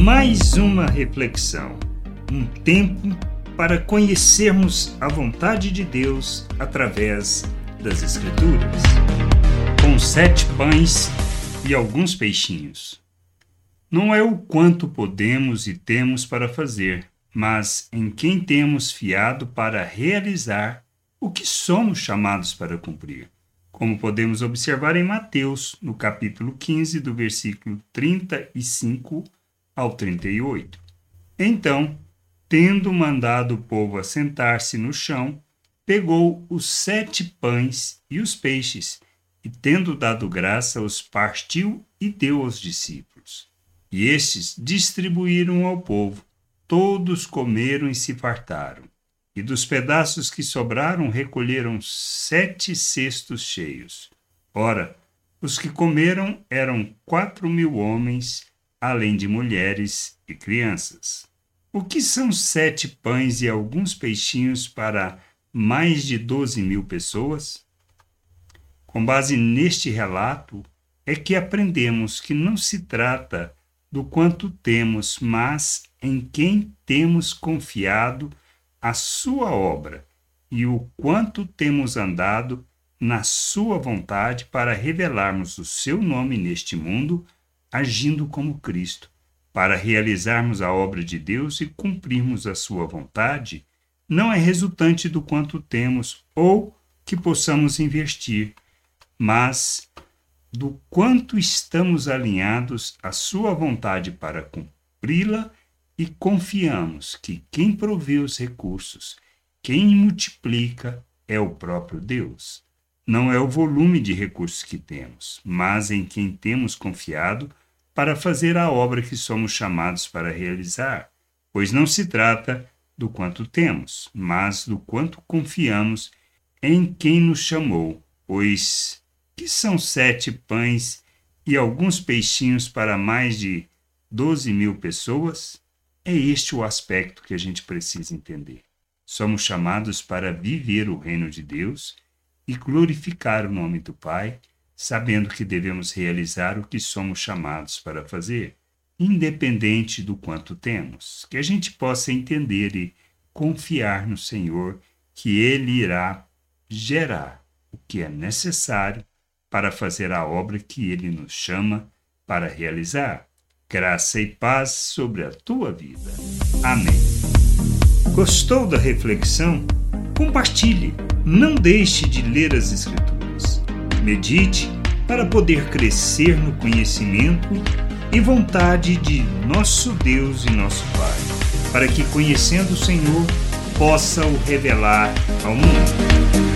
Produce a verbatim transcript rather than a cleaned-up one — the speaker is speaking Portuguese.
Mais uma reflexão, um tempo para conhecermos a vontade de Deus através das Escrituras. Com sete pães e alguns peixinhos. Não é o quanto podemos e temos para fazer, mas em quem temos fiado para realizar o que somos chamados para cumprir. Como podemos observar em Mateus, no capítulo quinze, do versículo trinta e cinco ao trinta e oito. Então, tendo mandado o povo assentar-se no chão, pegou os sete pães e os peixes, e tendo dado graça, os partiu e deu aos discípulos. E estes distribuíram ao povo. Todos comeram e se fartaram. E dos pedaços que sobraram, recolheram sete cestos cheios. Ora, os que comeram eram quatro mil homens, além de mulheres e crianças. O que são sete pães e alguns peixinhos para mais de doze mil pessoas? Com base neste relato, é que aprendemos que não se trata do quanto temos, mas em quem temos confiado a sua obra e o quanto temos andado na sua vontade para revelarmos o seu nome neste mundo, agindo como Cristo, para realizarmos a obra de Deus e cumprirmos a sua vontade, não é resultante do quanto temos ou que possamos investir, mas do quanto estamos alinhados à sua vontade para cumpri-la e confiamos que quem provê os recursos, quem multiplica, é o próprio Deus. Não é o volume de recursos que temos, mas em quem temos confiado para fazer a obra que somos chamados para realizar, pois não se trata do quanto temos, mas do quanto confiamos em quem nos chamou, pois que são sete pães e alguns peixinhos para mais de doze mil pessoas? É este o aspecto que a gente precisa entender. Somos chamados para viver o reino de Deus e glorificar o nome do Pai, sabendo que devemos realizar o que somos chamados para fazer, independente do quanto temos, que a gente possa entender e confiar no Senhor que Ele irá gerar o que é necessário para fazer a obra que Ele nos chama para realizar. Graça e paz sobre a tua vida. Amém. Gostou da reflexão? Compartilhe. Não deixe de ler as Escrituras. Medite para poder crescer no conhecimento e vontade de nosso Deus e nosso Pai, para que, conhecendo o Senhor, possa o revelar ao mundo.